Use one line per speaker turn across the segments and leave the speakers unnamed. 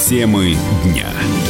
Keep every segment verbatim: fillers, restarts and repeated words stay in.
Темы дня.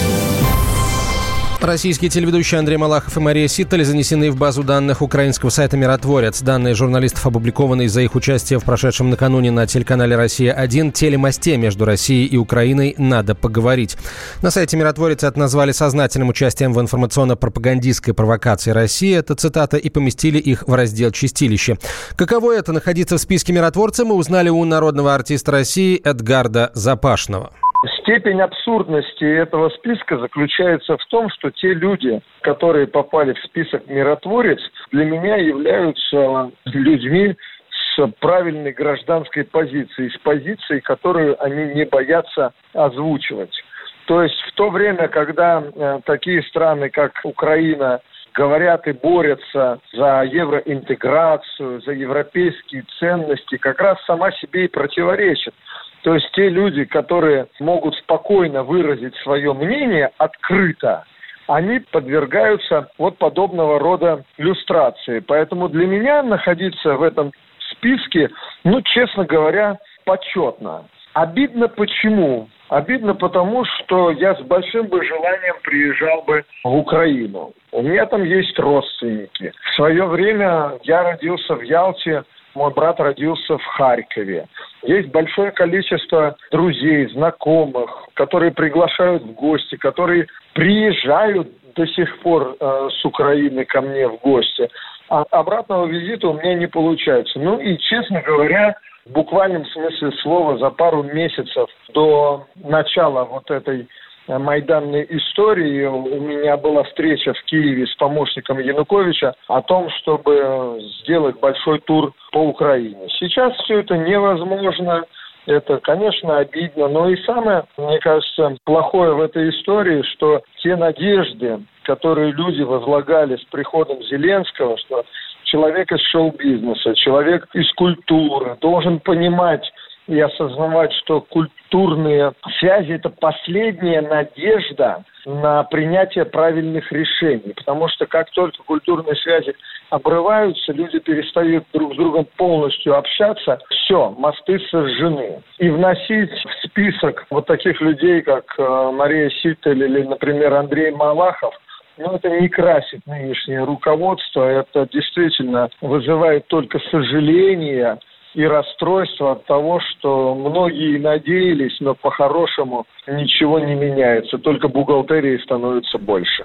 Российские телеведущие Андрей Малахов и Мария Ситтель занесены в базу данных украинского сайта «Миротворец». Данные журналистов опубликованы из-за их участия в прошедшем накануне на телеканале «Россия-один» телемосте между Россией и Украиной «Надо поговорить». На сайте «Миротворец» это назвали сознательным участием в информационно-пропагандистской провокации России. Это цитата, и поместили их в раздел «Чистилище». Каково это — находиться в списке «Миротворца», мы узнали у народного артиста России Эдгарда Запашного.
Степень абсурдности этого списка заключается в том, что те люди, которые попали в список «Миротворец», для меня являются людьми с правильной гражданской позицией, с позицией, которую они не боятся озвучивать. То есть в то время, когда э, такие страны, как Украина, говорят и борются за евроинтеграцию, за европейские ценности, как раз сама себе и противоречит. То есть те люди, которые могут спокойно выразить свое мнение открыто, они подвергаются вот подобного рода люстрации. Поэтому для меня находиться в этом списке, ну, честно говоря, почетно. Обидно почему? Обидно потому, что я с большим бы желанием приезжал бы в Украину. У меня там есть родственники. В свое время я родился в Ялте, мой брат родился в Харькове. Есть большое количество друзей, знакомых, которые приглашают в гости, которые приезжают до сих пор э, с Украины ко мне в гости. А обратного визита у меня не получается. Ну и, честно говоря, в буквальном смысле слова, за пару месяцев до начала вот этой майданной истории у меня была встреча в Киеве с помощником Януковича о том, чтобы сделать большой тур по Украине. Сейчас все это невозможно. Это, конечно, обидно. Но и самое, мне кажется, плохое в этой истории, что те надежды, которые люди возлагали с приходом Зеленского, что человек из шоу-бизнеса, человек из культуры должен понимать и осознавать, что культурные связи – это последняя надежда на принятие правильных решений. Потому что как только культурные связи обрываются, люди перестают друг с другом полностью общаться, все, мосты сожжены. И вносить в список вот таких людей, как Мария Ситтель или, например, Андрей Малахов, но это не красит нынешнее руководство, это действительно вызывает только сожаление и расстройство от того, что многие надеялись, но по-хорошему ничего не меняется, только бухгалтерии становится больше.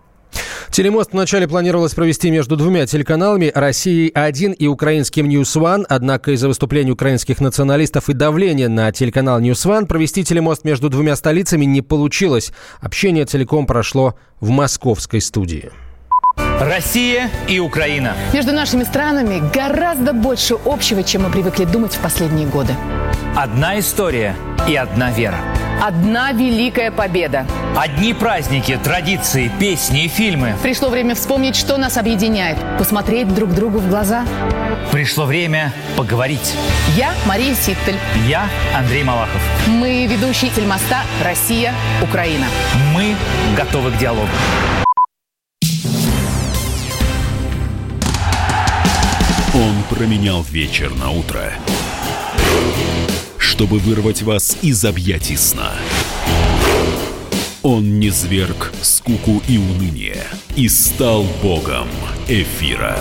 Телемост вначале планировалось провести между двумя телеканалами «Россией-один» и украинским «Ньюс Ван», однако из-за выступлений украинских националистов и давления на телеканал «Ньюс Ван» провести телемост между двумя столицами не получилось. Общение целиком прошло в московской студии.
Россия и Украина.
Между нашими странами гораздо больше общего, чем мы привыкли думать в последние годы.
Одна история и одна вера.
Одна великая победа.
Одни праздники, традиции, песни и фильмы.
Пришло время вспомнить, что нас объединяет. Посмотреть друг другу в глаза.
Пришло время поговорить.
Я Мария Ситтель.
Я Андрей Малахов.
Мы ведущие телемоста «Россия-Украина».
Мы готовы к диалогу.
Он променял вечер на утро, чтобы вырвать вас из объятий сна. Он низверг скуку и уныние и стал богом эфира.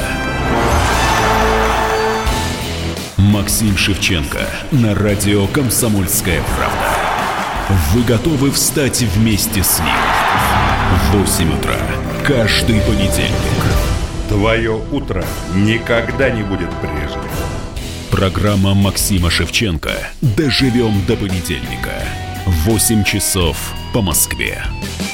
Максим Шевченко на радио «Комсомольская правда». Вы готовы встать вместе с ним? В восемь утра каждый понедельник.
Твое утро никогда не будет прежним.
Программа Максима Шевченко «Доживем до понедельника». восемь часов по Москве.